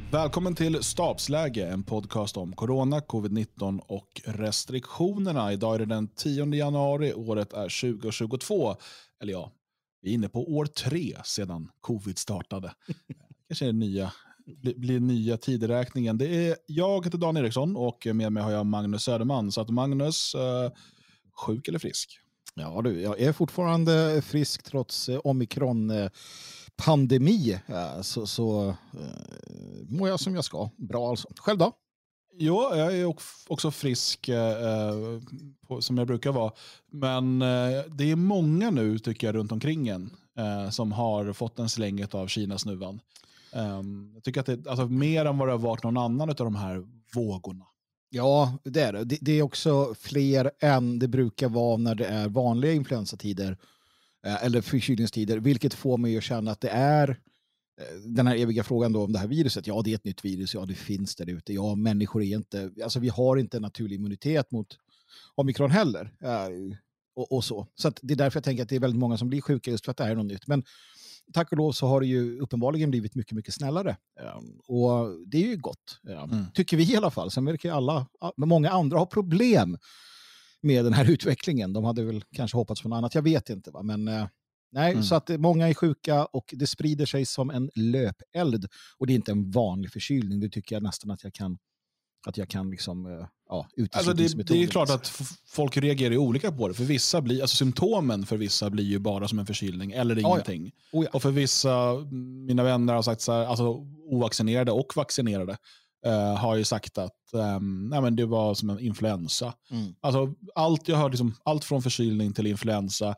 Välkommen till Stabsläge, en podcast om corona, covid-19 och restriktionerna. Idag är det den 10 januari, året är 2022. Eller ja, vi är inne på år 3 sedan covid startade. Kanske är det blir nya tideräkningen. Det är jag heter Dan Eriksson och med mig har jag Magnus Söderman. Så att Magnus, sjuk eller frisk? Ja du, jag är fortfarande frisk trots omikron-pandemi. Så mår jag som jag ska. Bra alltså. Själv då? Jo, jag är också frisk som jag brukar vara. Men det är många nu tycker jag runt omkring en som har fått en släng av Kina-snuvan. Jag tycker att det alltså, mer än vad det har varit någon annan av de här vågorna. Ja, det är det. Det är också fler än det brukar vara när det är vanliga influensatider eller förkylningstider, vilket får mig att känna att det är den här eviga frågan då om det här viruset. Ja, det är ett nytt virus. Ja, det finns där ute. Ja, människor är inte... Alltså, vi har inte naturlig immunitet mot omikron heller. Och så. Så att det är därför jag tänker att det är väldigt många som blir sjuka just för att det är något nytt. Men tack och lov så har det ju uppenbarligen blivit mycket, mycket snällare. Och det är ju gott. Tycker vi i alla fall. Sen verkar alla, men många andra har problem med den här utvecklingen. De hade väl kanske hoppats på något annat. Jag vet inte. Va? Men nej, så att många är sjuka och det sprider sig som en löpeld. Och det är inte en vanlig förkylning. Det tycker jag nästan att jag kan liksom, alltså det är klart att folk reagerar olika på det. För vissa blir, alltså symptomen för vissa blir ju bara som en förkylning eller ingenting. Ja. Oh ja. Och för vissa, mina vänner har sagt så här, alltså ovaccinerade och vaccinerade har ju sagt att nej men det var som en influensa. Alltså allt jag hör, liksom, allt från förkylning till influensa.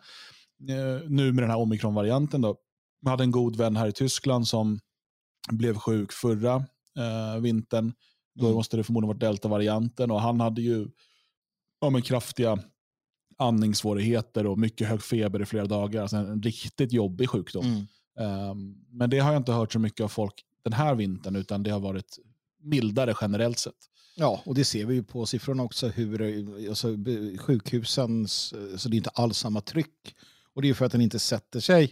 Nu med den här omikron-varianten då. Jag hade en god vän här i Tyskland som blev sjuk förra vintern. Då måste det förmodligen varit delta-varianten och han hade ju kraftiga andningssvårigheter och mycket hög feber i flera dagar. Alltså en riktigt jobbig sjukdom. Men det har jag inte hört så mycket av folk den här vintern utan det har varit mildare generellt sett. Ja, och det ser vi ju på siffrorna också hur alltså, sjukhusen, så det är inte alls samma tryck. Och det är för att den inte sätter sig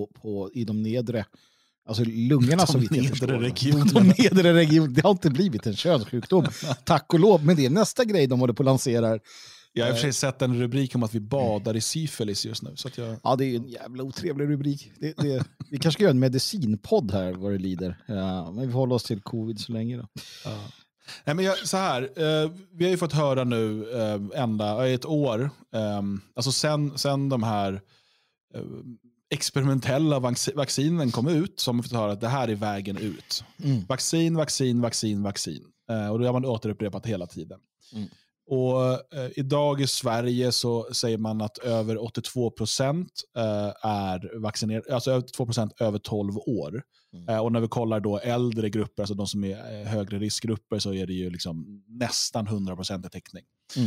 i de nedre, alltså lungorna som vi nedre regionerna. De nedre regionerna. Det har inte blivit en könssjukdom. Tack och lov. Men det är nästa grej de håller på att lansera. Jag har i och för sig sett en rubrik om att vi badar i syfilis just nu. Så att Ja, det är en jävla otrevlig rubrik. Vi kanske ska göra en medicinpodd här vad det lider. Men vi håller oss till covid så länge då. Ja. Nej, men så här, vi har ju fått höra nu ända ett år, alltså sen de här experimentella vaccinen kom ut som vi fått höra att det här är vägen ut. Vaccin. Och det har man återupprepat hela tiden. Och idag i Sverige så säger man att över 82% är vaccinerade, alltså 82% över 12 år. Och när vi kollar då äldre grupper, alltså de som är högre riskgrupper, så är det ju liksom nästan 100% täckning.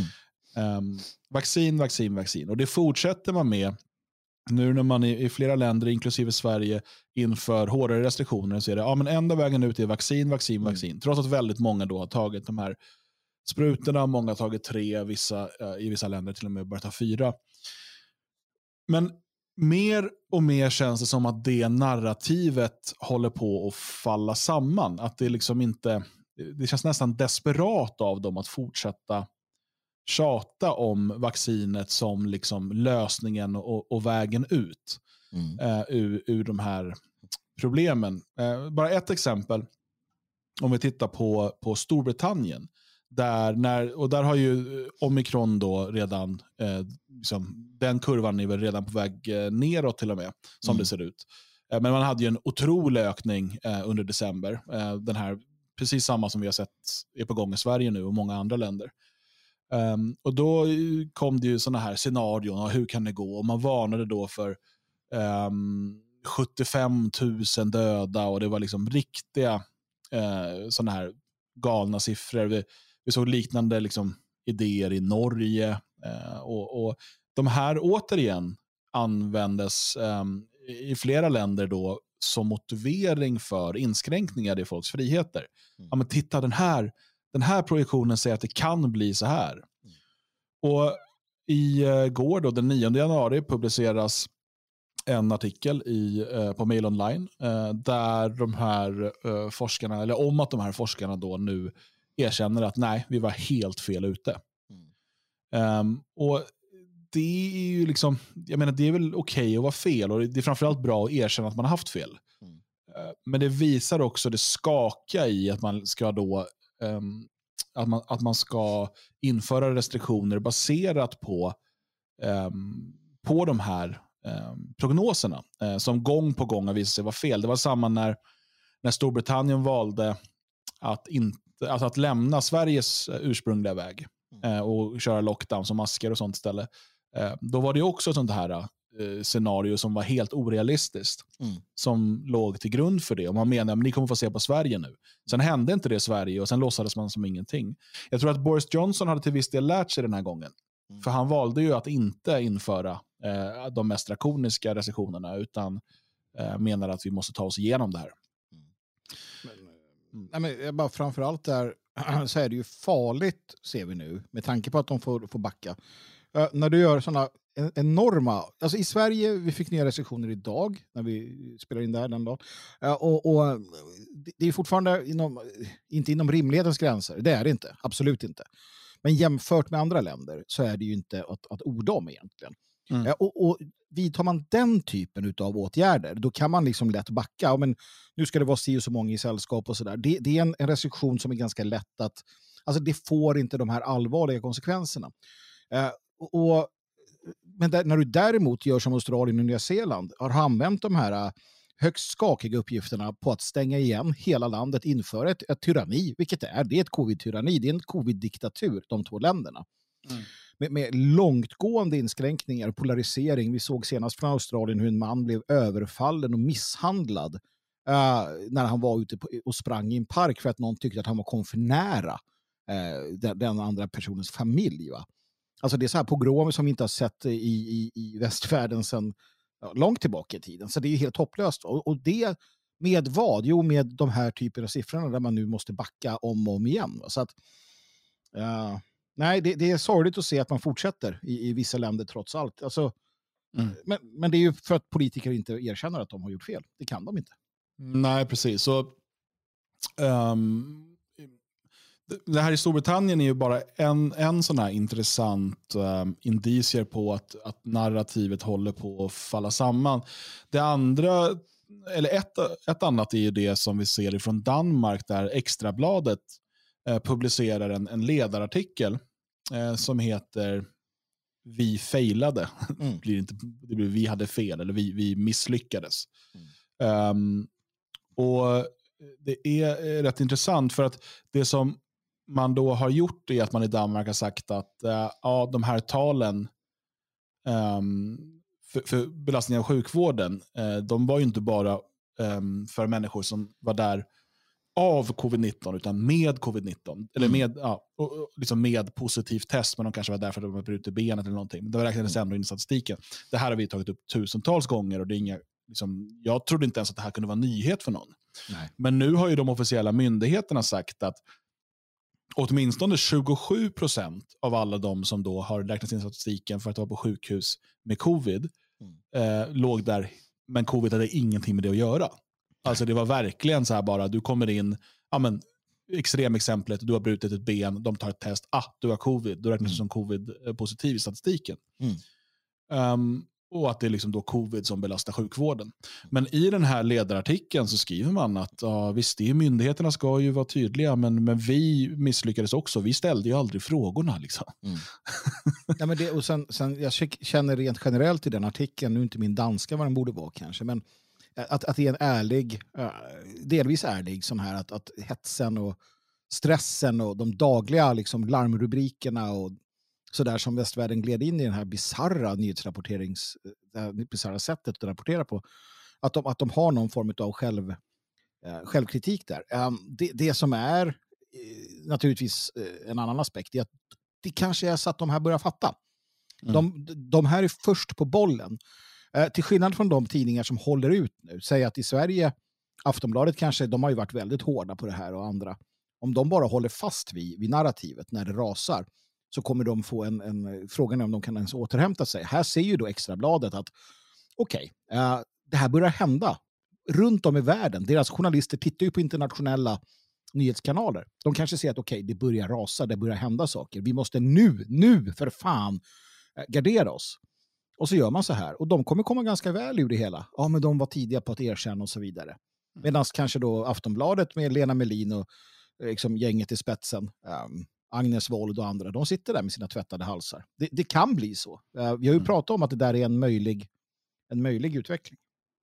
Vaccin. Och det fortsätter man med nu när man i flera länder, inklusive Sverige, inför hårdare restriktioner, så är det men enda vägen ut är vaccin. Trots att väldigt många då har tagit de här sprutorna, många har tagit 3, i vissa länder till och med börjat ta 4. Men mer och mer känns det som att det narrativet håller på att falla samman. Att det liksom inte, det känns nästan desperat av dem att fortsätta tjata om vaccinet som liksom lösningen och vägen ut ur de här problemen. Bara ett exempel, om vi tittar på Storbritannien. Där har ju omikron då redan, liksom, den kurvan är väl redan på väg neråt till och med, som det ser ut. Men man hade ju en otrolig ökning under december. Den här, precis samma som vi har sett är på gång i Sverige nu och många andra länder. Och då kom det ju såna här scenarion, och hur kan det gå? Och man varnade då för 75 000 döda, och det var liksom riktiga såna här galna siffror. Vi såg liknande liksom idéer i Norge, och de här återigen användes i flera länder då som motivering för inskränkningar i folks friheter. Ja, men titta, den här projektionen säger att det kan bli så här. Och i går då, den 9 januari, publiceras en artikel på Mail Online där de här forskarna, eller om att de här forskarna då nu erkänner att nej, vi var helt fel ute. Och det är ju liksom, jag menar, det är väl okej att vara fel, och det är framförallt bra att erkänna att man har haft fel. Men det visar också det skaka i att man ska då att man ska införa restriktioner baserat på de här prognoserna som gång på gång har visat sig vara fel. Det var samma när Storbritannien valde att lämna Sveriges ursprungliga väg och köra lockdowns och masker och sånt istället. Då var det också ett sånt här scenario som var helt orealistiskt som låg till grund för det. Och man menar att ni kommer få se på Sverige nu. Sen hände inte det i Sverige och sen låtsades man som ingenting. Jag tror att Boris Johnson hade till viss del lärt sig den här gången. För han valde ju att inte införa de mest drakoniska restriktionerna utan menar att vi måste ta oss igenom det här. Men bara framförallt där så är det ju farligt, ser vi nu, med tanke på att de får backa. När du gör sådana enorma, alltså i Sverige, vi fick nya restriktioner idag när vi spelar in där den dagen. Och det är fortfarande inte inom rimlighetens gränser, det är det inte, absolut inte. Men jämfört med andra länder så är det ju inte att orda om egentligen. Och vidtar man den typen av åtgärder, då kan man liksom lätt backa. Ja, men nu ska det vara si och så många i sällskap och sådär. Det är en restriktion som är ganska lätt att, alltså det får inte de här allvarliga konsekvenserna. Men när du däremot gör som Australien och Nya Zeeland, har använt de här högst skakiga uppgifterna på att stänga igen hela landet inför ett tyranni, vilket det är ett covid-tyranni, det är en covid-diktatur, de två länderna. Med långtgående inskränkningar, polarisering. Vi såg senast från Australien hur en man blev överfallen och misshandlad när han var ute och sprang i en park för att någon tyckte att han kom för nära den andra personens familj. Va? Alltså det är så här pogromer som vi inte har sett i västvärlden sedan långt tillbaka i tiden. Så det är ju helt hopplöst. Och det med vad? Jo, med de här typerna av siffrorna där man nu måste backa om och om igen. Va? Så att nej, det är sorgligt att se att man fortsätter i vissa länder trots allt. Alltså, men det är ju för att politiker inte erkänner att de har gjort fel. Det kan de inte. Nej, precis. Så, det här i Storbritannien är ju bara en sån här intressant indicier på att narrativet håller på att falla samman. Det andra, eller ett annat är ju det som vi ser från Danmark där Extrabladet publicerar en ledarartikel som heter Vi failade. Det blir vi hade fel eller vi misslyckades. Och det är rätt intressant för att det som man då har gjort är att man i Danmark har sagt att de här talen för belastning av sjukvården, de var ju inte bara för människor som var där av covid-19 utan med covid-19 eller liksom med positivt test, men de kanske var där för att de var brutit benet eller någonting. Det räknades ändå in i statistiken. Det här har vi tagit upp tusentals gånger och det är inga, liksom, jag trodde inte ens att det här kunde vara nyhet för någon. Nej. Men nu har ju de officiella myndigheterna sagt att åtminstone 27% av alla de som då har räknat in statistiken för att vara på sjukhus med covid låg där, men covid hade ingenting med det att göra. Alltså det var verkligen så här bara, du kommer in, extremexemplet, du har brutit ett ben, de tar ett test, du har covid, då räknas du som covid-positiv i statistiken. Och att det är liksom då covid som belastar sjukvården. Men i den här ledarartikeln så skriver man att visst, myndigheterna ska ju vara tydliga, men vi misslyckades också. Vi ställde ju aldrig frågorna. Liksom. Ja, men det, och sen, jag känner rent generellt i den artikeln, nu inte min danska vad den borde vara kanske, men att det är en ärlig, delvis ärlig sån här att hetsen och stressen och de dagliga liksom, larmrubrikerna och sådär som västvärlden gled in i den här bizarra bizarra sättet att rapportera på, att de har någon form av självkritik där. Det som är naturligtvis en annan aspekt är att det kanske är så att de här börjar fatta. De här är först på bollen. Till skillnad från de tidningar som håller ut nu, säger att i Sverige, Aftonbladet kanske, de har ju varit väldigt hårda på det här och andra. Om de bara håller fast vid narrativet när det rasar, så kommer de få en frågan om de kan ens återhämta sig. Här ser ju då Extrabladet att okej, det här börjar hända runt om i världen. Deras journalister tittar ju på internationella nyhetskanaler. De kanske ser att okej, det börjar rasa, det börjar hända saker. Vi måste nu för fan gardera oss. Och så gör man så här. Och de kommer komma ganska väl ur det hela. Ja, men de var tidiga på att erkänna och så vidare. Medan kanske då Aftonbladet med Lena Melin och liksom gänget i spetsen, Agnes Wold och andra, de sitter där med sina tvättade halsar. Det kan bli så. Vi har ju pratat om att det där är en möjlig utveckling.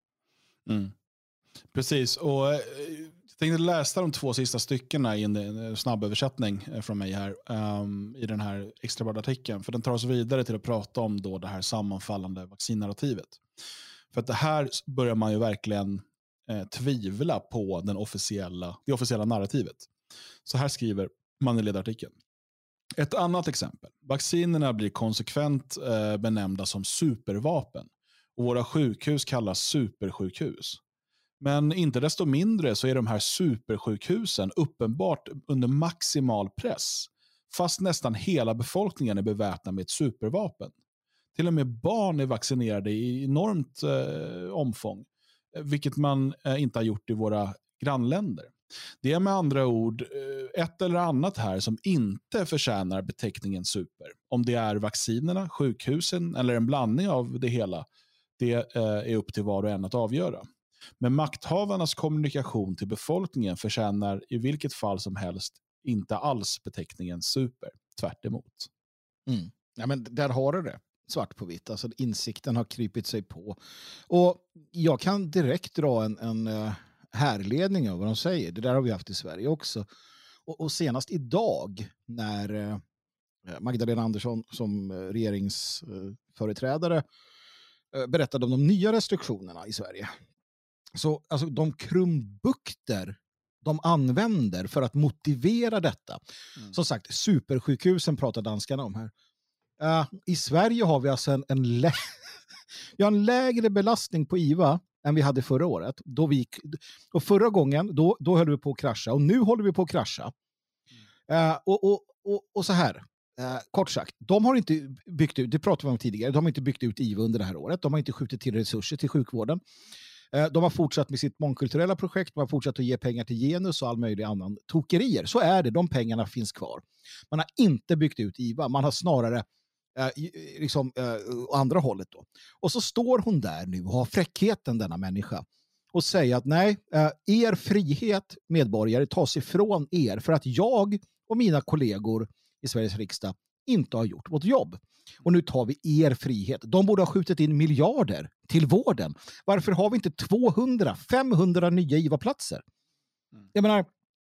Mm. Precis, och jag tänkte läsa de 2 sista styckena i en snabböversättning från mig här i den här extrabladartikeln, för den tar oss vidare till att prata om då det här sammanfallande vaccinnarrativet. För att det här börjar man ju verkligen tvivla på det officiella narrativet. Så här skriver man i ledarartikeln. Ett annat exempel. Vaccinerna blir konsekvent benämnda som supervapen och våra sjukhus kallas supersjukhus. Men inte desto mindre så är de här supersjukhusen uppenbart under maximal press, fast nästan hela befolkningen är beväpnad med ett supervapen. Till och med barn är vaccinerade i enormt omfång, vilket man inte har gjort i våra grannländer. Det är med andra ord ett eller annat här som inte förtjänar beteckningen super. Om det är vaccinerna, sjukhusen eller en blandning av det hela, det är upp till var och en att avgöra. Men makthavarnas kommunikation till befolkningen förtjänar i vilket fall som helst inte alls beteckningen super, tvärt emot. Mm. Ja, men där har du det, svart på vitt. Alltså insikten har krypit sig på. Och jag kan direkt dra en härledning av vad de säger. Det där har vi haft i Sverige också. Och senast idag när Magdalena Andersson som regeringsföreträdare berättade om de nya restriktionerna i Sverige. Så alltså, de krumbukter de använder för att motivera detta. Som sagt, supersjukhusen pratar danskarna om här. I Sverige har vi alltså vi har en lägre belastning på IVA än vi hade förra året. Och förra gången, då höll vi på att krascha. Och nu håller vi på att krascha. Och så här, kort sagt, de har inte byggt ut, det pratade vi om tidigare, de har inte byggt ut IVA under det här året. De har inte skjutit till resurser till sjukvården. De har fortsatt med sitt mångkulturella projekt. De har fortsatt att ge pengar till genus och all möjlig annan tokerier. Så är det, de pengarna finns kvar. Man har inte byggt ut IVA. Man har snarare andra hållet då. Och så står hon där nu och har fräckheten, denna människa, och säger att nej, er frihet, medborgare, tas ifrån er för att jag och mina kollegor i Sveriges riksdag inte har gjort vårt jobb. Och nu tar vi er frihet. De borde ha skjutit in miljarder till vården. Varför har vi inte 500 nya IVA-platser? Jag menar,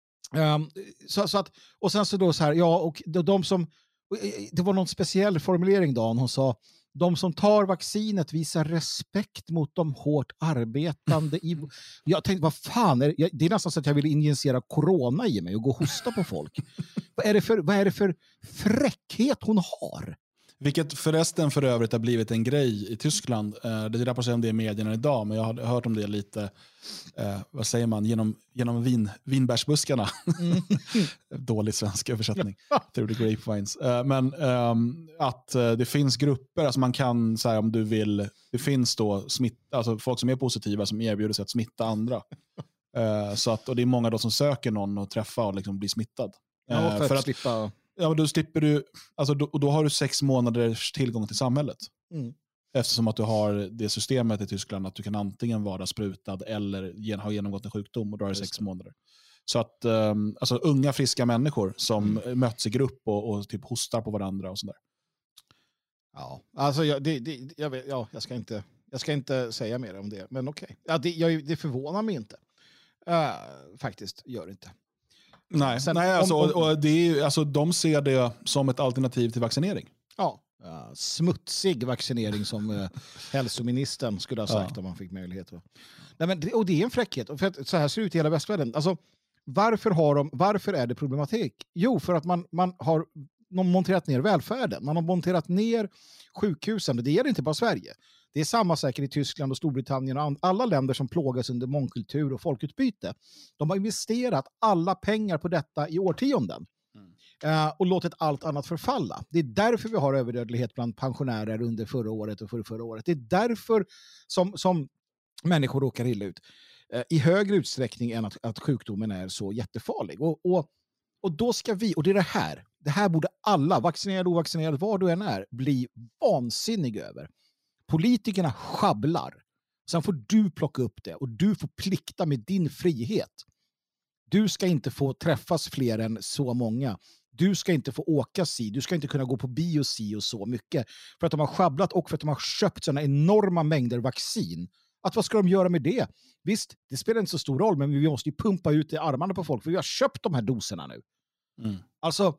så att, och sen så då så här, ja, och de som, det var någon speciell formulering då, hon sa, de som tar vaccinet visar respekt mot de hårt arbetande. Jag tänkte, vad fan, det är nästan så att jag vill injicera corona i mig och gå och hosta på folk. Vad är det för fräckhet hon har? Vilket förresten för övrigt har blivit en grej i Tyskland. Det rapporteras om det i medierna idag, men jag har hört om det lite, vad säger man, genom vinbärsbuskarna. Dålig svensk översättning. Through the grapevines. Men att det finns grupper, alltså man kan säga om du vill, det finns då alltså folk som är positiva som erbjuder sig att smitta andra. Så att, och det är många då som söker någon att träffa och liksom bli smittad. Ja, för att slippa... Ja, men då slipper du, alltså då har du 6 månaders tillgång till samhället. Eftersom att du har det systemet i Tyskland att du kan antingen vara sprutad eller ha genomgått en sjukdom, och då har du 6 månader. Så att alltså unga friska människor som möts i grupp och typ hostar på varandra och sådär. Ja, alltså jag ska inte säga mer om det, men okej. Ja, det förvånar mig inte. Faktiskt gör det inte. Nej, och det är, alltså, de ser det som ett alternativ till vaccinering. Ja, smutsig vaccinering som hälsoministern skulle ha sagt om man fick möjlighet. Nej, men, och det är en fräckhet. För att så här ser det ut i hela västvärlden. Alltså, varför är det problematik? Jo, för att man har monterat ner välfärden. Man har monterat ner sjukhusen. Det gäller inte bara Sverige. Det är samma säkert i Tyskland och Storbritannien och alla länder som plågas under mångkultur och folkutbyte. De har investerat alla pengar på detta i årtionden. och låtit allt annat förfalla. Det är därför vi har överdödlighet bland pensionärer under förra året och förra året. Det är därför som människor råkar illa ut i högre utsträckning än att sjukdomen är så jättefarlig. Och då ska vi, och det är det här borde alla, vaccinerade, ovaccinerade, var du än är, bli vansinnig över. Politikerna schabblar. Sen får du plocka upp det och du får plikta med din frihet. Du ska inte få träffas fler än så många. Du ska inte få åka du ska inte kunna gå på bio och så mycket. För att de har schabblat och för att de har köpt sådana enorma mängder vaccin. Vad ska de göra med det? Visst, det spelar inte så stor roll, men vi måste ju pumpa ut i armarna på folk för vi har köpt de här doserna nu. Alltså,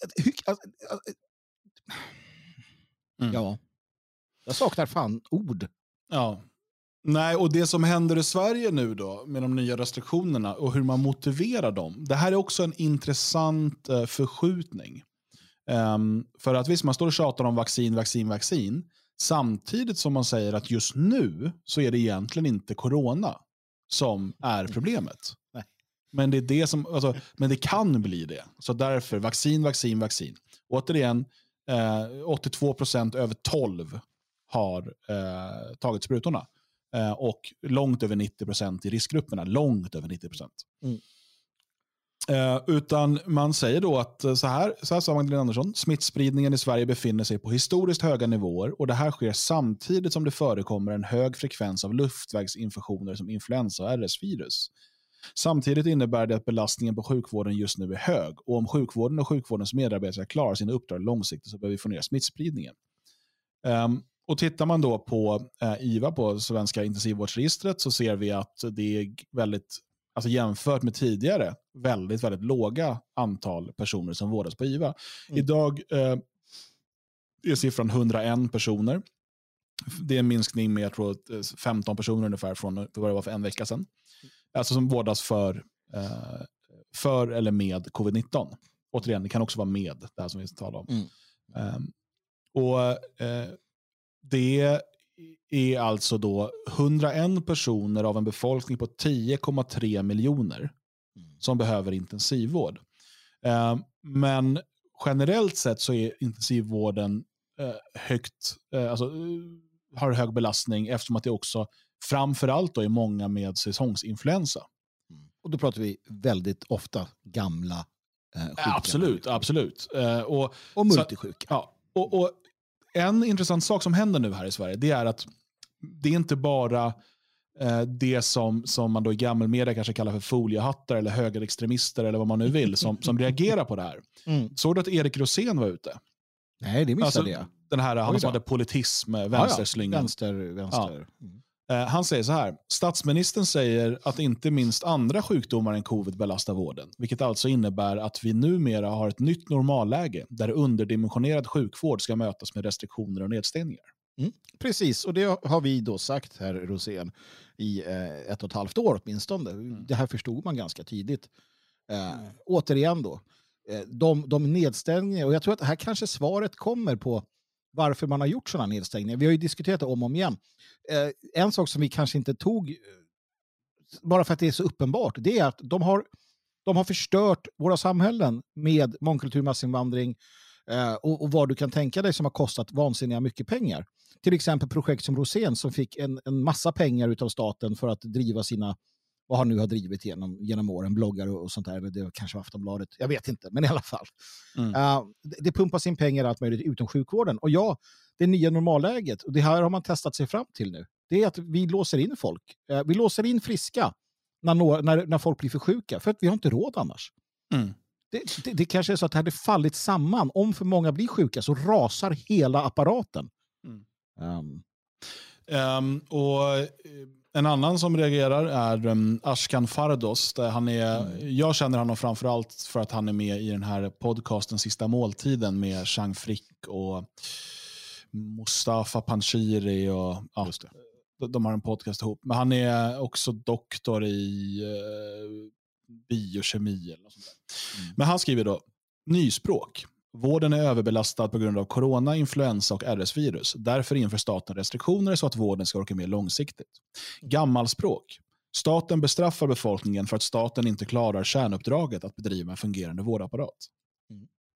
ja. Jag saknar fan ord. Ja. Nej, och det som händer i Sverige nu då med de nya restriktionerna och hur man motiverar dem. Det här är också en intressant förskjutning. För att visst, man står och tjatar om vaccin. Samtidigt som man säger att just nu så är det egentligen inte corona som är problemet. Nej. Men det är det som, alltså, men det kan bli det. Så därför vaccin. Återigen, 82% över 12 har tagit sprutorna. Och långt över 90% i riskgrupperna. Långt över 90%. Utan man säger då att så här sa Magdalena Andersson, smittspridningen i Sverige befinner sig på historiskt höga nivåer och det här sker samtidigt som det förekommer en hög frekvens av luftvägsinfektioner som influensa och RS-virus. Samtidigt innebär det att belastningen på sjukvården just nu är hög och om sjukvården och sjukvårdens medarbetare klarar sina uppdrag långsiktigt så behöver vi få ner smittspridningen. Och tittar man då på IVA, på Svenska intensivvårdsregistret, så ser vi att det är väldigt, alltså jämfört med tidigare, väldigt, väldigt låga antal personer som vårdas på IVA. Idag är siffran 101 personer. Det är en minskning med, jag tror, 15 personer ungefär från vad det var för en vecka sedan. Alltså som vårdas för eller med covid-19. Återigen, det kan också vara med det här som vi talar om. Det är alltså då 101 personer av en befolkning på 10,3 miljoner som behöver intensivvård. Men generellt sett så är intensivvården har hög belastning eftersom att det också framförallt då är många med säsongsinfluensa. Och då pratar vi väldigt ofta gamla sjuka. Absolut. Och multisjuka. Och en intressant sak som händer nu här i Sverige, det är att det är inte bara det som man då i gammelmedia kanske kallar för foliehattar eller högerextremister eller vad man nu vill som reagerar på det här. Såg du att Erik Rosén var ute? Nej, det missade jag. Den här, han som hade politism, vänsterslingan. Vänster. Han säger så här: statsministern säger att inte minst andra sjukdomar än covid belastar vården, vilket alltså innebär att vi numera har ett nytt normalläge där underdimensionerad sjukvård ska mötas med restriktioner och nedstängningar. Precis, och det har vi då sagt här, Rosén, i 1,5 år åtminstone. Det här förstod man ganska tidigt. Återigen då, de nedstängningar, och jag tror att här kanske svaret kommer på varför man har gjort sådana nedstängningar. Vi har ju diskuterat det om och om igen. En sak som vi kanske inte tog, bara för att det är så uppenbart, det är att de har förstört våra samhällen med mångkultur, massinvandring och vad du kan tänka dig som har kostat vansinniga mycket pengar. Till exempel projekt som Rosén som fick en massa pengar utav staten för att driva sina, vad han nu har drivit genom åren, bloggar och sånt där, eller det kanske var Aftonbladet, jag vet inte, men i alla fall. Det pumpas in pengar allt möjligt utom sjukvården. Och ja, det nya normalläget, och det här har man testat sig fram till nu, det är att vi låser in folk. Vi låser in friska när folk blir för sjuka, för att vi har inte råd annars. Det kanske är så att det hade fallit samman. Om för många blir sjuka så rasar hela apparaten. En annan som reagerar är Ashkan Fardos. Jag känner honom framförallt för att han är med i den här podcasten Sista måltiden med Chang Frick och Mustafa Panshiri. Och, just det. De har en podcast ihop. Men han är också doktor i biokemi. Eller något sånt där. Men han skriver då: nyspråk. Vården är överbelastad på grund av corona, influensa och RS-virus. Därför inför staten restriktioner så att vården ska orka mer långsiktigt. Gammalspråk. Staten bestraffar befolkningen för att staten inte klarar kärnuppdraget att bedriva en fungerande vårdapparat.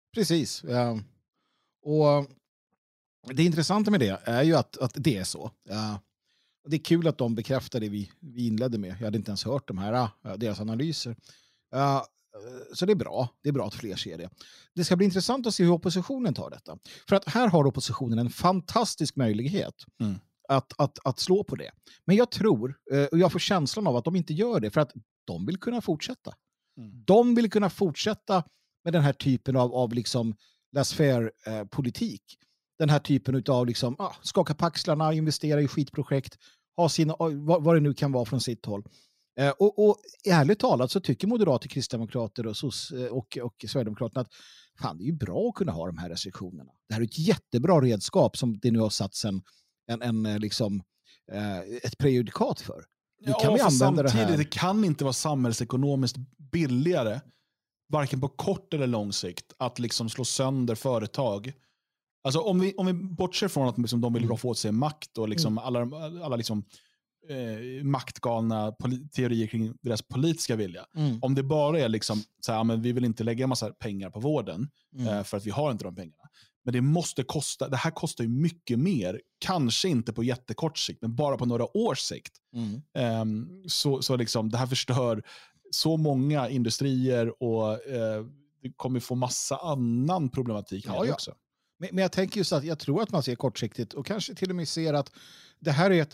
Precis. Och det intressanta med det är ju att det är så. Det är kul att de bekräftar det vi inledde med. Jag hade inte ens hört deras analyser. Så det är bra. Det är bra att fler ser det. Det ska bli intressant att se hur oppositionen tar detta. För att här har oppositionen en fantastisk möjlighet att slå på det. Men jag tror, och jag får känslan av att de inte gör det för att de vill kunna fortsätta. De vill kunna fortsätta med den här typen av liksom laissez-faire-politik. Den här typen av liksom, skaka på axlarna, investera i skitprojekt, ha sina, vad det nu kan vara från sitt håll. Och ärligt talat så tycker moderater, kristdemokrater och Sverigedemokraterna att fan, det är ju bra att kunna ha de här restriktionerna. Det här är ett jättebra redskap som det nu har satt ett prejudikat för. Nu kan vi använda det här. Det kan inte vara samhällsekonomiskt billigare, varken på kort eller lång sikt, att liksom slå sönder företag. Alltså om vi bortser från att liksom de vill roffa åt sig makt och liksom alla liksom, maktgalna teorier kring deras politiska vilja. Om det bara är liksom så här, men vi vill inte lägga en massa pengar på vården för att vi har inte de pengarna. Men det måste kosta, det här kostar ju mycket mer. Kanske inte på jättekort sikt, men bara på några års sikt. Så liksom, det här förstör så många industrier och det kommer få massa annan problematik här också. Men jag tänker just att jag tror att man ser kortsiktigt och kanske till och med ser att det här är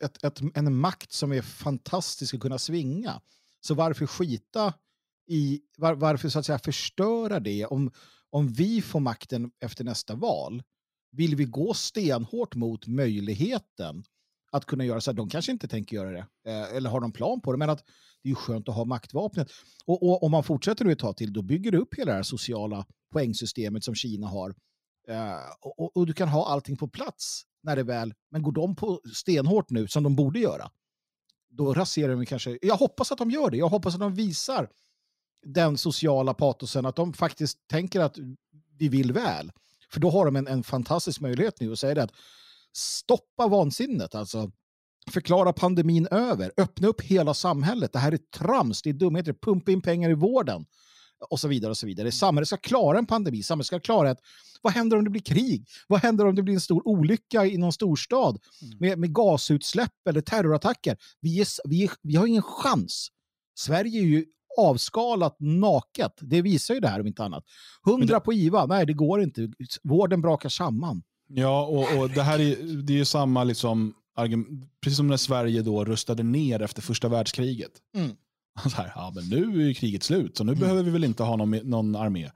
en makt som är fantastisk att kunna svinga. Så varför skita i, varför så att säga förstöra det om vi får makten efter nästa val? Vill vi gå stenhårt mot möjligheten att kunna göra så här? De kanske inte tänker göra det eller har de plan på det, men att det är ju skönt att ha maktvapnet. Och om man fortsätter nu ett tag till, då bygger du upp hela det här sociala poängsystemet som Kina har. Och du kan ha allting på plats när det väl, men går de på stenhårt nu som de borde göra, då raserar de kanske. Jag hoppas att de gör det. Jag hoppas att de visar den sociala patosen, att de faktiskt tänker att vi vill väl. För då har de en fantastisk möjlighet nu att säga det, att stoppa vansinnet, alltså förklara pandemin över, öppna upp hela samhället. Det här är trams, det är dumheter, pumpa in pengar i vården och så vidare och så vidare. Samhället ska klara en pandemi, samhället ska klara ett, vad händer om det blir krig? Vad händer om det blir en stor olycka i någon storstad med gasutsläpp eller terrorattacker? Vi har ingen chans. Sverige är ju avskalat naket. Det visar ju det här om inte annat. 100 på IVA, nej det går inte. Vården brakar samman. Ja, och det här det är ju samma liksom precis som när Sverige då rustade ner efter första världskriget. Så här, men nu är ju kriget slut, så nu behöver vi väl inte ha någon armé.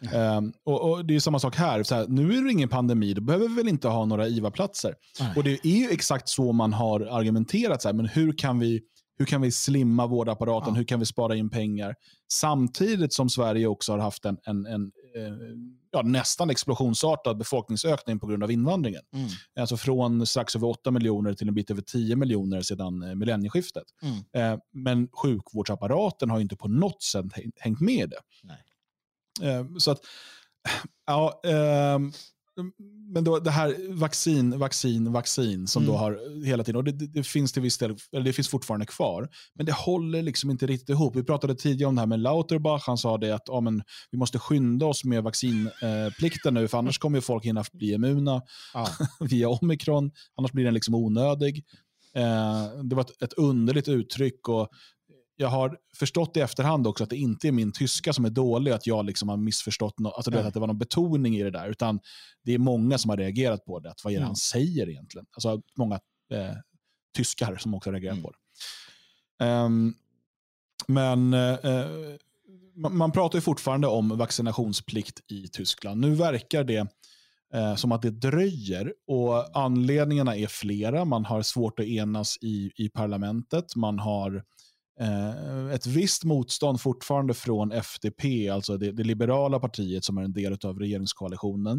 Och det är samma sak här. Så här, nu är det ingen pandemi, då behöver vi väl inte ha några IVA-platser. Och det är ju exakt så man har argumenterat. Så här, men hur kan vi slimma vårdapparaten? Hur kan vi spara in pengar? Samtidigt som Sverige också har haft en nästan explosionsartad befolkningsökning på grund av invandringen. Alltså från strax över 8 miljoner till en bit över 10 miljoner sedan millennieskiftet. Men sjukvårdsapparaten har ju inte på något sätt hängt med det. Nej. Så att men då det här vaccin som då har hela tiden, och det finns till viss del, eller det finns fortfarande kvar, men det håller liksom inte riktigt ihop. Vi pratade tidigare om det här med Lauterbach, han sa det att vi måste skynda oss med vaccinplikten nu, för annars kommer ju folk hinna bli immuna via omikron, annars blir den liksom onödig. Det var ett underligt uttryck, och jag har förstått i efterhand också att det inte är min tyska som är dålig, att jag liksom har missförstått att det var någon betoning i det där, utan det är många som har reagerat på det, att vad är det han säger egentligen? Alltså många tyskar som också har reagerat på det. Men man pratar ju fortfarande om vaccinationsplikt i Tyskland. Nu verkar det som att det dröjer, och anledningarna är flera. Man har svårt att enas i parlamentet. Man har ett visst motstånd fortfarande från FDP, alltså det liberala partiet som är en del av regeringskoalitionen.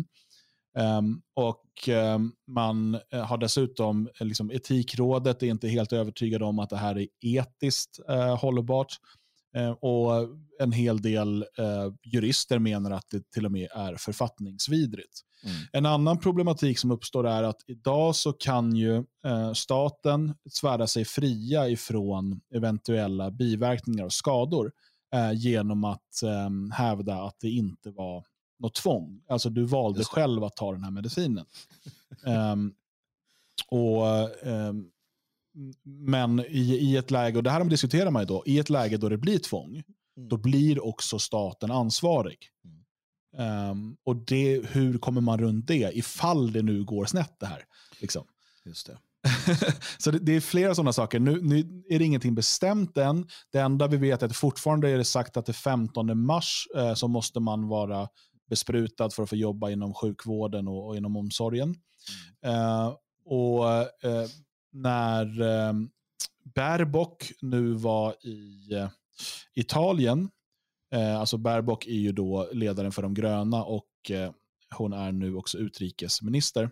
Man har dessutom liksom, etikrådet är inte helt övertygad om att det här är etiskt hållbart. Och en hel del jurister menar att det till och med är författningsvidrigt. En annan problematik som uppstår är att idag så kan ju staten svära sig fria ifrån eventuella biverkningar och skador genom att hävda att det inte var något tvång. Alltså du valde själv att ta den här medicinen. Men i ett läge, och det här diskuterar man ju då, i ett läge då det blir tvång, då blir också staten ansvarig. Och hur kommer man runt det ifall det nu går snett det här? Liksom. Just det. Så det är flera sådana saker. Nu är det ingenting bestämt än. Det enda vi vet är att fortfarande är det sagt att det 15 mars så måste man vara besprutad för att få jobba inom sjukvården och inom omsorgen. När Baerbock nu var i Italien, alltså Baerbock är ju då ledaren för de gröna och hon är nu också utrikesminister,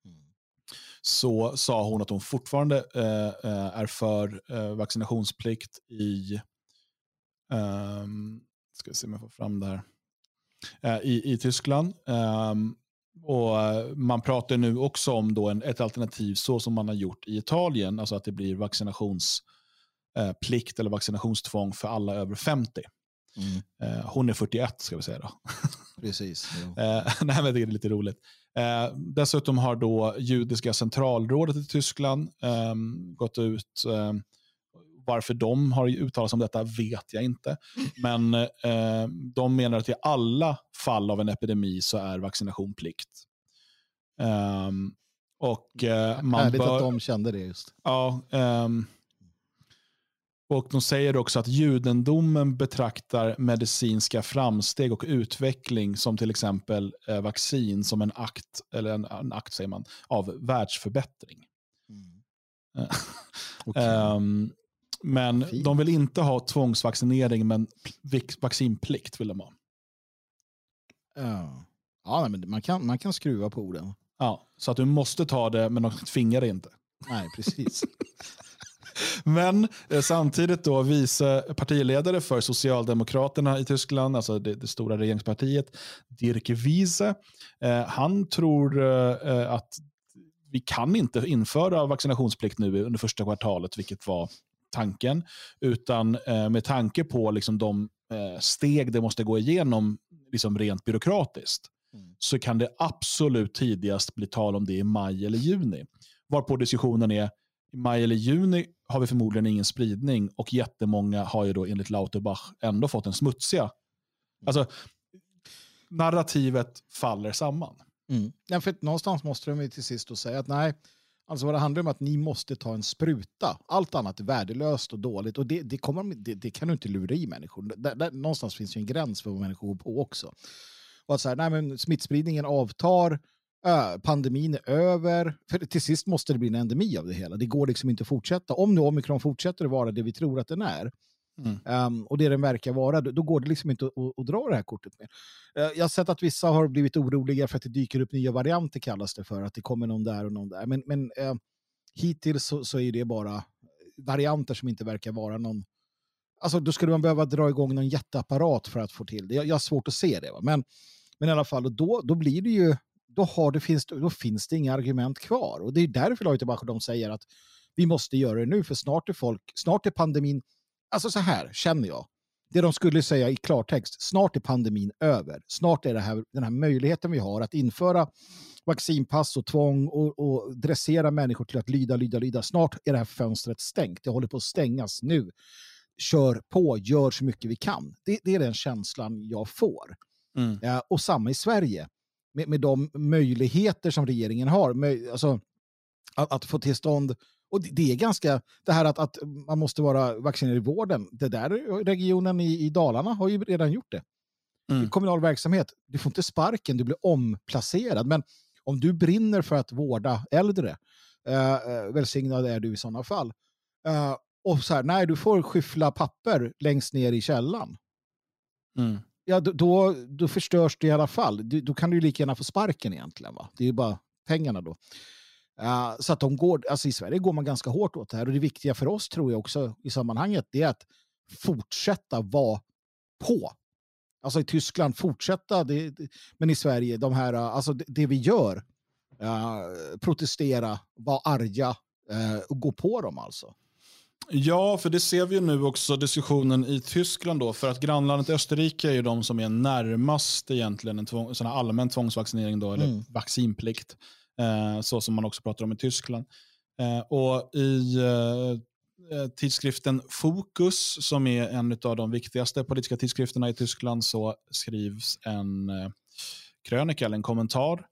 så sa hon att hon fortfarande är för vaccinationsplikt ska vi se om jag får fram det här, i Tyskland. Och man pratar nu också om då ett alternativ så som man har gjort i Italien, alltså att det blir vaccinationsplikt eller vaccinationstvång för alla över 50. Hon är 41 ska vi säga då. Precis. Nej, men det är lite roligt. Dessutom har då judiska centralrådet i Tyskland gått ut. Varför de har uttalat sig om detta vet jag inte. Men de menar att i alla fall av en epidemi så är vaccination plikt. Härligt att de kände det just. Ja. Och de säger också att judendomen betraktar medicinska framsteg och utveckling som till exempel vaccin som en akt, eller en akt säger man, av världsförbättring. Men fint. De vill inte ha tvångsvaccinering, men vaccinplikt vill de ha. Ja, men man kan skruva på orden. Ja, så att du måste ta det, men de tvingar det inte. Nej, precis. Men samtidigt då vice partiledare för Socialdemokraterna i Tyskland, alltså det stora regeringspartiet, Dirk Wiese, han tror att vi kan inte införa vaccinationsplikt nu under första kvartalet, vilket var tanken, utan med tanke på liksom de steg det måste gå igenom liksom rent byråkratiskt, så kan det absolut tidigast bli tal om det i maj eller juni. Varpå diskussionen är, i maj eller juni har vi förmodligen ingen spridning, och jättemånga har ju då enligt Lauterbach ändå fått en smutsiga. Alltså, narrativet faller samman. Ja, för någonstans måste de ju till sist då säga att nej, alltså vad det handlar om att ni måste ta en spruta. Allt annat är värdelöst och dåligt, och det kan du inte lura i människor. Där någonstans finns ju en gräns för vad människor går på också. Och att så här, nej men smittspridningen avtar, pandemin är över, för till sist måste det bli en endemi av det hela. Det går liksom inte att fortsätta. Om nu omikron fortsätter att vara det vi tror att den är, och det den verkar vara, då går det liksom inte att dra det här kortet med. Jag har sett att vissa har blivit oroliga för att det dyker upp nya varianter, kallas det för, att det kommer någon där och någon där. Men hittills så är det bara varianter som inte verkar vara någon. Alltså då skulle man behöva dra igång någon jätteapparat för att få till det. Jag har svårt att se det, va? Men i alla fall, då blir det ju, då finns det inga argument kvar. Och det är därför de säger att vi måste göra det nu, för snart är pandemin, alltså så här känner jag. Det de skulle säga i klartext, snart är pandemin över. Snart är den här möjligheten vi har att införa vaccinpass och tvång och dressera människor till att lyda. Snart är det här fönstret stängt. Det håller på att stängas nu. Kör på, gör så mycket vi kan. Det är den känslan jag får. Och samma i Sverige. Med de möjligheter som regeringen har. Alltså, att få till stånd. Och det är ganska, det här att man måste vara vaccinerad i vården. Det där regionen i Dalarna har ju redan gjort det. Kommunal verksamhet, du får inte sparken, du blir omplacerad. Men om du brinner för att vårda äldre, välsignad är du i sådana fall. Och så här, nej, du får skyffla papper längst ner i källan. Ja, då förstörs det i alla fall. Då kan du ju lika gärna få sparken egentligen, va? Det är ju bara pengarna då. Så att alltså i Sverige går man ganska hårt åt det här, och det viktiga för oss tror jag också i sammanhanget, det är att fortsätta vara på. Alltså i Tyskland fortsätta, men i Sverige de här, alltså det vi gör, protestera, vara arga och gå på dem alltså. Ja, för det ser vi ju nu också diskussionen i Tyskland då, för att grannlandet Österrike är ju de som är närmast egentligen en sån här allmän tvångsvaccinering då, eller vaccinplikt, så som man också pratar om i Tyskland. Och i tidskriften Fokus, som är en av de viktigaste politiska tidskrifterna i Tyskland, så skrivs en krönika eller en kommentar.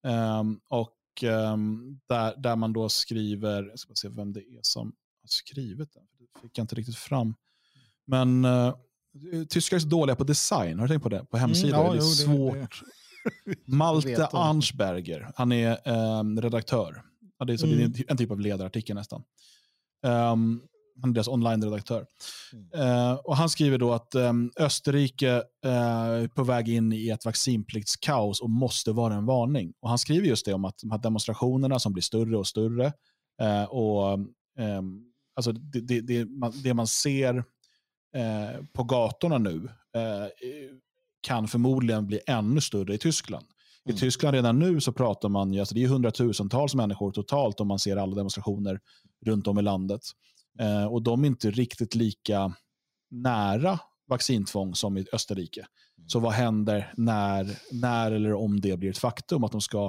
Där man då skriver, jag ska se vem det är som har skrivit den, det fick jag inte riktigt fram. Men tyskar är så dåliga på design, har du tänkt på det? På hemsidor, det är svårt. Malte Arnsberger, han är redaktör. Ja, det är en typ av ledarartikel nästan. Han är deras online-redaktör. Och han skriver då att Österrike är på väg in i ett vaccinpliktskaos och måste vara en varning. Och han skriver just det om att de här demonstrationerna som blir större och större alltså det man ser på gatorna nu kan förmodligen bli ännu större i Tyskland. I Tyskland redan nu så pratar man, alltså det är hundratusentals människor totalt om man ser alla demonstrationer runt om i landet. Och de är inte riktigt lika nära vaccintvång som i Österrike. Så vad händer när eller om det blir ett faktum att de ska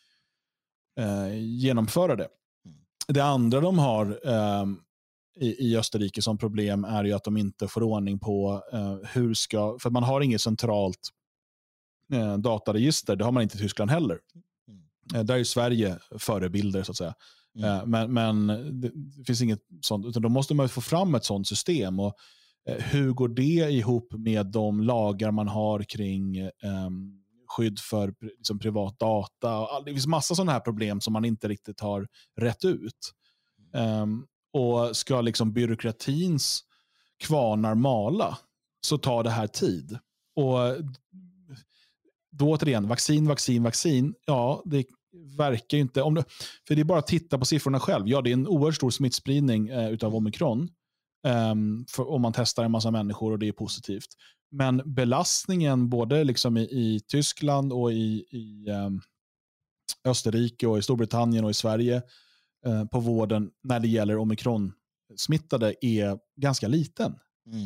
genomföra det? Det andra de har i Österrike som problem är ju att de inte får ordning på för man har inget centralt dataregister. Det har man inte i Tyskland heller. Där är Sverige förebilder så att säga. Men det finns inget sånt, utan då måste man få fram ett sånt system. Och hur går det ihop med de lagar man har kring skydd för liksom, privat data? Det finns massa sådana här problem som man inte riktigt har rätt ut. Och ska liksom byråkratins kvarnar mala så tar det här tid. Och då återigen, vaccin. Ja, det verkar ju inte. För det är bara att titta på siffrorna själv. Ja, det är en oerhört stor smittspridning utav omikron. Om man testar en massa människor och det är positivt. Men belastningen både liksom i Tyskland och i Österrike och i Storbritannien och i Sverige på vården när det gäller omikron-smittade är ganska liten.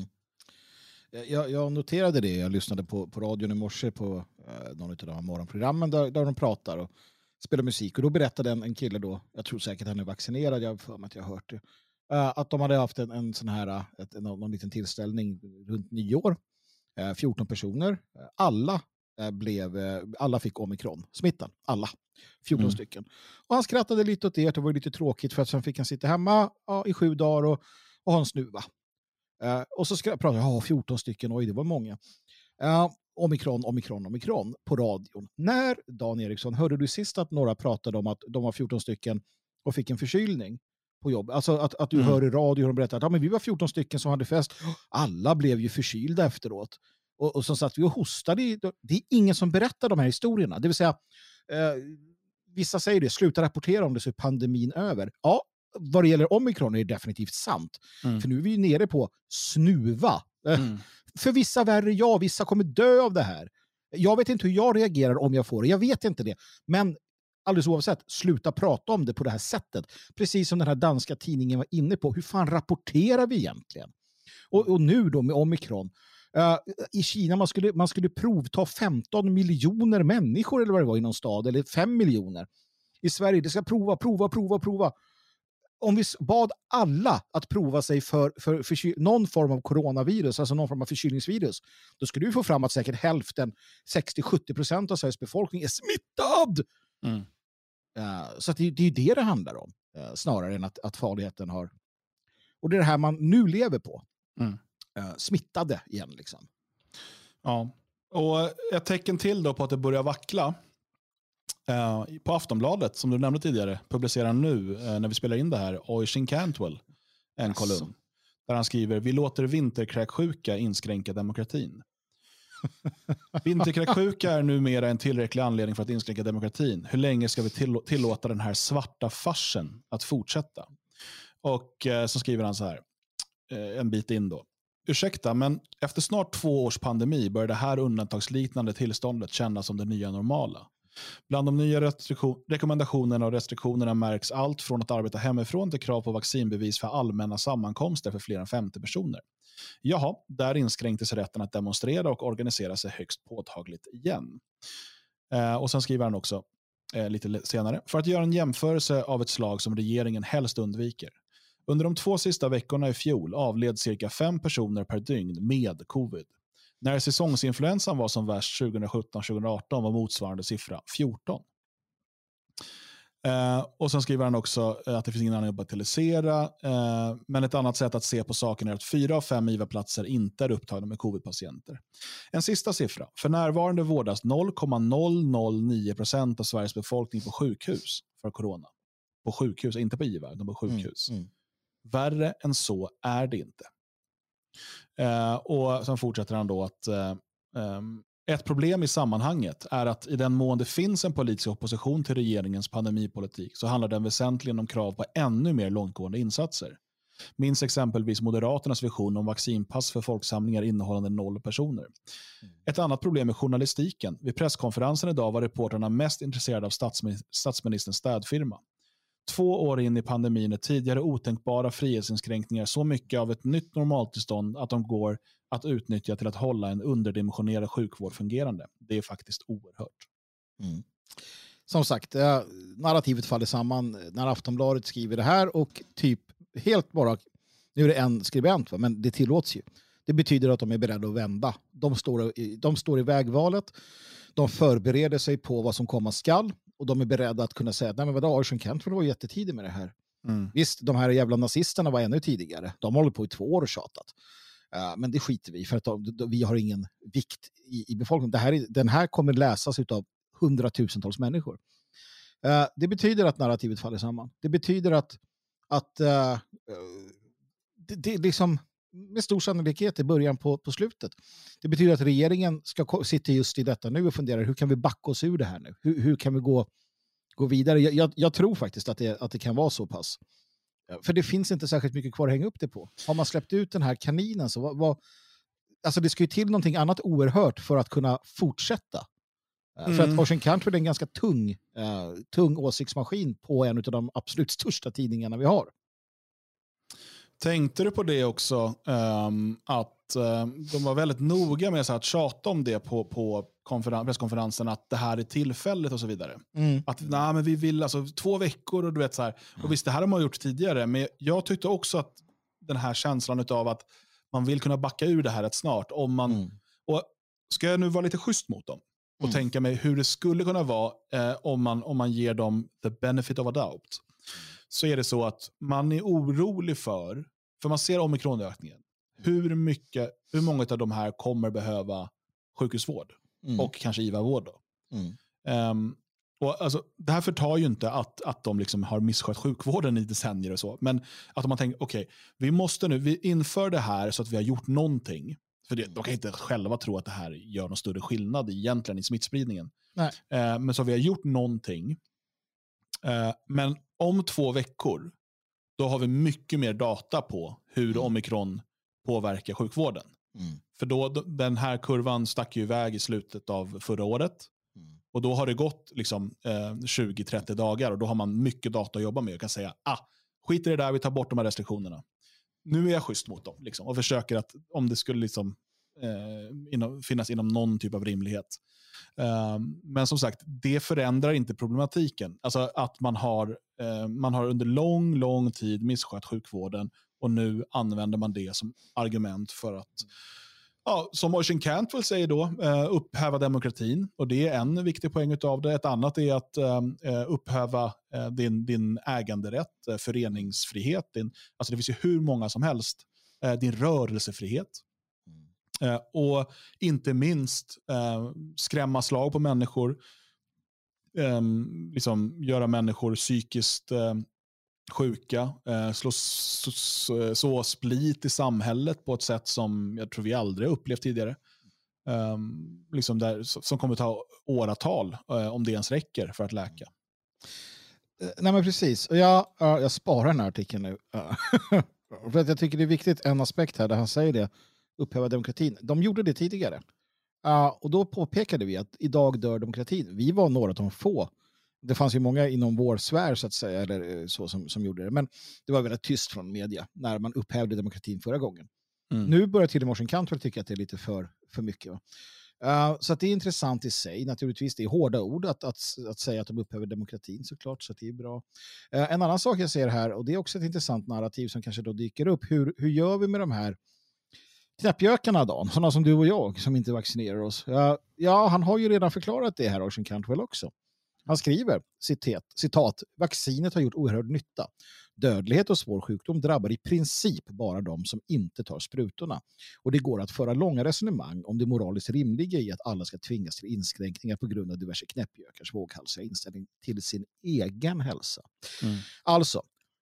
Jag noterade det. Jag lyssnade på radion i morse på någon av de här morgonprogrammen där de pratar och spelar musik. Och då berättade en kille då, jag tror säkert han är vaccinerad, jag har för mig att jag har hört det, att de hade haft en sån här någon liten tillställning runt nyår. 14 personer. Alla fick omikron-smittan. Alla. 14 stycken. Och han skrattade lite åt det. Det var lite tråkigt för att sen fick han sitta hemma i 7 dagar och ha en snuva. Och så pratade jag, 14 stycken, oj det var många. Omikron på radion. När, Dan Eriksson, hörde du sist att några pratade om att de var 14 stycken och fick en förkylning på jobb? Alltså att du hör i radio och de berättar att men vi var 14 stycken som hade fest. Alla blev ju förkylda efteråt. Och som sagt, vi och hostade. Det är ingen som berättar de här historierna. Det vill säga, vissa säger det, sluta rapportera om det så är pandemin över. Ja, vad det gäller omikron är det definitivt sant. För nu är vi nere på snuva. För vissa värre, ja, vissa kommer dö av det här. Jag vet inte hur jag reagerar om jag får det. Jag vet inte det. Men alldeles oavsett, sluta prata om det på det här sättet. Precis som den här danska tidningen var inne på. Hur fan rapporterar vi egentligen? Och nu då med omikron. I Kina man skulle provta 15 miljoner människor eller vad det var i någon stad. Eller 5 miljoner. I Sverige, det ska prova. Om vi bad alla att prova sig för någon form av coronavirus, alltså någon form av förkylningsvirus, då skulle vi få fram att säkert hälften, 60-70% av Sveriges befolkning är smittad. Så att det är det handlar om. Snarare än att farligheten har... Och det är det här man nu lever på. Smittade igen liksom. Ja, och ett tecken till då på att det börjar vackla. På Aftonbladet, som du nämnde tidigare, publicerar nu när vi spelar in det här Oisin Cantwell en kolumn där han skriver: vi låter vinterkräksjuka inskränka demokratin. Vinterkräksjuka är numera en tillräcklig anledning för att inskränka demokratin. Hur länge ska vi tillåta den här svarta farsen att fortsätta? Och så skriver han så här en bit in då: ursäkta, men efter snart 2 års pandemi börjar det här undantagsliknande tillståndet kännas som det nya normala. Bland de nya rekommendationerna och restriktionerna märks allt från att arbeta hemifrån till krav på vaccinbevis för allmänna sammankomster för fler än 50 personer. Jaha, där inskränktes rätten att demonstrera och organisera sig högst påtagligt igen. Och sen skriver han också lite senare, för att göra en jämförelse av ett slag som regeringen helst undviker. Under de 2 sista veckorna i fjol avled cirka 5 personer per dygn med covid. När säsongsinfluensan var som värst 2017-2018 var motsvarande siffra 14. Och sen skriver han också att det finns ingen anledning att bagatellisera, men ett annat sätt att se på saken är att 4 av 5 IVA-platser inte är upptagna med covid-patienter. En sista siffra. För närvarande vårdas 0,009% av Sveriges befolkning på sjukhus för corona. På sjukhus, inte på IVA, utan på sjukhus. Värre än så är det inte. Och sen fortsätter han då att ett problem i sammanhanget är att i den mån det finns en politisk opposition till regeringens pandemipolitik så handlar den väsentligen om krav på ännu mer långtgående insatser. Minns exempelvis Moderaternas vision om vaccinpass för folksamlingar innehållande 0 personer. Ett annat problem är journalistiken. Vid presskonferensen idag var reportrarna mest intresserade av statsministerns städfirma. 2 år in i pandemin är tidigare otänkbara frihetsinskränkningar så mycket av ett nytt normaltillstånd att de går att utnyttja till att hålla en underdimensionerad sjukvård fungerande. Det är faktiskt oerhört. Som sagt, narrativet faller samman när Aftonbladet skriver det här och typ helt bara, nu är det en skribent men det tillåts ju. Det betyder att de är beredda att vända. De står i vägvalet, de förbereder sig på vad som komma skall och de är beredda att kunna säga att nej men vadå, Arsen Kent var jättetidig med det här. Visst, de här jävla nazisterna var ännu tidigare. De håller på i 2 år och tjatat. Men det skiter vi för att vi har ingen vikt i befolkningen. Den här kommer läsas av 100,000-tals människor. Det betyder att narrativet faller samman. Det betyder att det liksom med stor sannolikhet i början på slutet. Det betyder att regeringen ska sitta just i detta nu och fundera hur kan vi backa oss ur det här nu? Hur kan vi gå vidare? Jag tror faktiskt att det kan vara så pass. För det finns inte särskilt mycket kvar att hänga upp det på. Har man släppt ut den här kaninen så alltså det ska ju till någonting annat oerhört för att kunna fortsätta. För att Ocean Country är en ganska tung åsiktsmaskin på en av de absolut största tidningarna vi har. Tänkte du på det också, att de var väldigt noga med att tjata om det på presskonferensen, att det här är tillfälligt och så vidare. Att men vi vill 2 veckor och du vet så här. Och visst, det här har man gjort tidigare, men jag tyckte också att den här känslan av att man vill kunna backa ur det här rätt snart. Och ska jag nu vara lite schysst mot dem och tänka mig hur det skulle kunna vara om man ger dem the benefit of a doubt. Så är det så att man är orolig för man ser omikronökningen. Hur många av de här kommer behöva sjukhusvård och kanske IVA-vård då. Och alltså, det här förtar ju inte att de liksom har misskött sjukvården i decennier och så. Men att man tänker, okej, vi inför det här så att vi har gjort någonting. För de kan inte själva tro att det här gör någon större skillnad egentligen i smittspridningen. Nej. Men så vi har gjort någonting. Men om 2 veckor då har vi mycket mer data på hur omikron påverkar sjukvården. För då den här kurvan stack ju iväg i slutet av förra året. Och då har det gått liksom 20-30 dagar och då har man mycket data att jobba med och kan säga, skit i det där, vi tar bort de här restriktionerna. Nu är jag schysst mot dem liksom, och försöker att om det skulle liksom finnas inom någon typ av rimlighet. Men som sagt, det förändrar inte problematiken. Alltså att man har under lång tid misskött sjukvården och nu använder man det som argument för att, som Ocean Cantwell säger då, upphäva demokratin. Och det är en viktig poäng utav det. Ett annat är att upphäva din äganderätt, föreningsfrihet. Alltså det finns ju hur många som helst. Din rörelsefrihet. Och inte minst skrämma slag på människor, liksom göra människor psykiskt sjuka, så split i samhället på ett sätt som jag tror vi aldrig upplevt tidigare. Liksom som kommer ta åratal om det ens räcker för att läka. Nej men precis, och jag sparar den här artikeln nu. För att jag tycker det är viktigt, en aspekt här där han säger det, upphäva demokratin. De gjorde det tidigare. Och då påpekade vi att idag dör demokratin. Vi var några av de få. Det fanns ju många inom vår sfär så att säga, eller så som gjorde det. Men det var väldigt tyst från media när man upphävde demokratin förra gången. Nu börjar till och med Cantwell tycka att det är lite för mycket. Så att det är intressant i sig. Naturligtvis, det är hårda ord att säga att de upphäver demokratin såklart, så att det är bra. En annan sak jag ser här, och det är också ett intressant narrativ som kanske då dyker upp. Hur gör vi med de här knäppjökarna då? Sådana som du och jag som inte vaccinerar oss. Ja, han har ju redan förklarat det här, Ocean Cantwell också. Han skriver, citat, vaccinet har gjort oerhörd nytta. Dödlighet och svår sjukdom drabbar i princip bara de som inte tar sprutorna. Och det går att föra långa resonemang om det moraliskt rimliga i att alla ska tvingas till inskränkningar på grund av diverse knäppjökars våghalsiga inställning till sin egen hälsa. Alltså,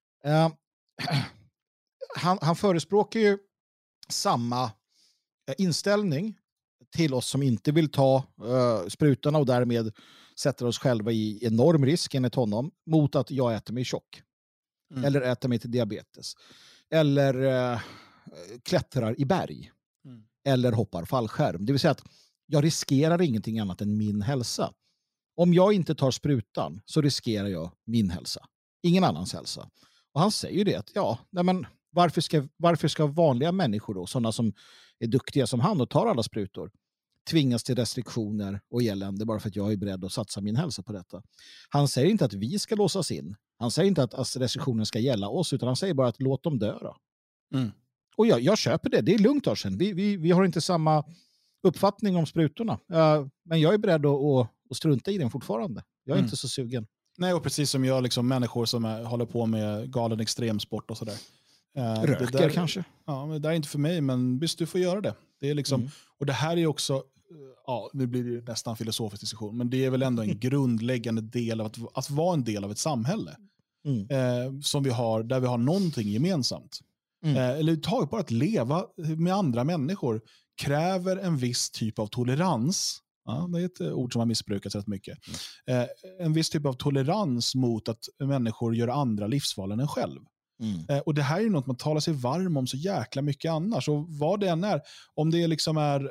han förespråkar ju samma inställning till oss som inte vill ta sprutorna och därmed sätter oss själva i enorm risk enligt honom mot att jag äter mig tjock. Eller äter mig till diabetes. Eller klättrar i berg. Eller hoppar fallskärm. Det vill säga att jag riskerar ingenting annat än min hälsa. Om jag inte tar sprutan så riskerar jag min hälsa. Ingen annans hälsa. Och han säger ju det att varför ska vanliga människor då, sådana som är duktiga som han och tar alla sprutor, tvingas till restriktioner och elände bara för att jag är beredd att satsa min hälsa på detta. Han säger inte att vi ska låsas in. Han säger inte att restriktioner ska gälla oss, utan han säger bara att låt dem dö då. Och jag köper det. Det är lugnt, Arsen. Vi har inte samma uppfattning om sprutorna. Men jag är beredd att strunta i den fortfarande. Jag är inte så sugen. Nej, och precis som jag, liksom, människor som håller på med galen extremsport och sådär. Röker det där, kanske? Ja, men det är inte för mig, men visst, du får göra det. Det är liksom, och det här är också, nu blir det nästan filosofisk diskussion, men det är väl ändå en grundläggande del av att vara en del av ett samhälle som vi har, där vi har någonting gemensamt. Eller taget bara att leva med andra människor kräver en viss typ av tolerans. Ja, det är ett ord som har missbrukats rätt mycket. En viss typ av tolerans mot att människor gör andra livsval än en själv. Och det här är något man talar sig varm om så jäkla mycket annars. Och vad det än är, om det liksom är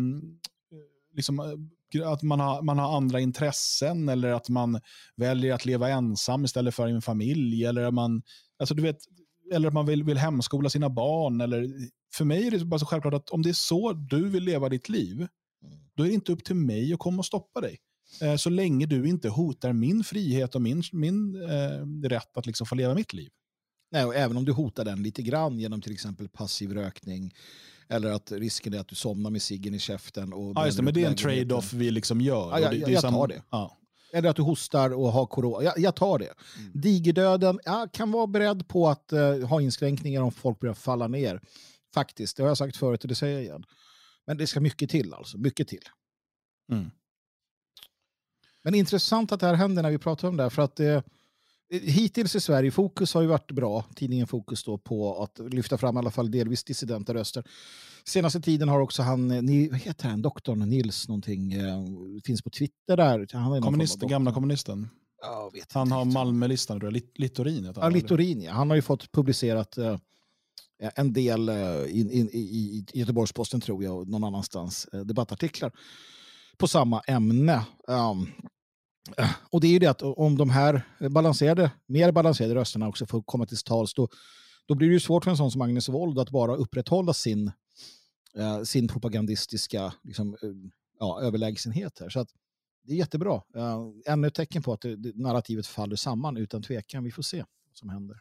att man har andra intressen, eller att man väljer att leva ensam istället för en familj, eller att man, alltså du vet, eller att man vill hemskola sina barn, eller för mig är det bara så självklart att om det är så du vill leva ditt liv, då är det inte upp till mig att komma och stoppa dig. Så länge du inte hotar min frihet och min rätt att liksom få leva mitt liv. Nej, och även om du hotar den lite grann genom till exempel passiv rökning, eller att risken är att du somnar med ciggen i käften. Och just det, men det är en trade-off vi liksom gör. Ja, jag tar det. Ja. Eller att du hostar och har corona. Jag tar det. Digerdöden, jag kan vara beredd på att ha inskränkningar om folk börjar falla ner. Faktiskt, det har jag sagt förut och det säger jag igen. Men det ska mycket till alltså, mycket till. Men intressant att det här händer när vi pratar om det här, för att hittills i Sverige, Fokus har ju varit bra, tidningen Fokus då, på att lyfta fram i alla fall delvis dissidenta röster. Senaste tiden har också vad heter han, doktorn Nils någonting, finns på Twitter där. Han är gamla kommunisten. Han har Malmölistan, Littorin. Ja, Littorin, ja. Han har ju fått publicerat en del i Göteborgs-Posten tror jag, och någon annanstans debattartiklar på samma ämne. Och det är ju det att om de här mer balanserade rösterna också får komma till tals, då blir det ju svårt för en sån som Agnes Wold att bara upprätthålla sin propagandistiska liksom, överlägsenhet här. Så att det är jättebra. Ännu ett tecken på att narrativet faller samman utan tvekan. Vi får se vad som händer.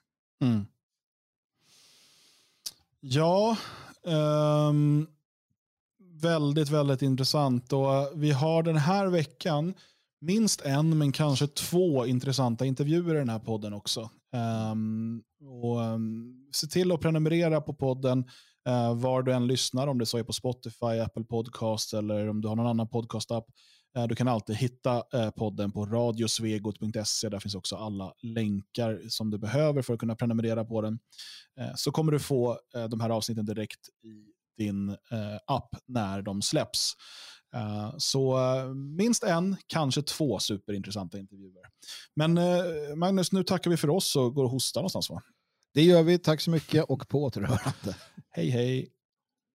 Ja, väldigt, väldigt intressant. Och vi har den här veckan minst en, men kanske 2 intressanta intervjuer i den här podden också. Se till att prenumerera på podden var du än lyssnar, om det så är på Spotify, Apple Podcast eller om du har någon annan podcastapp. Du kan alltid hitta podden på radiosvegot.se. Där finns också alla länkar som du behöver för att kunna prenumerera på den. Så kommer du få de här avsnitten direkt i din app när de släpps. Så minst en, kanske 2 superintressanta intervjuer. Men Magnus, nu tackar vi för oss och går och hostar någonstans, va? Det gör vi, tack så mycket och på återhörande. Hej hej.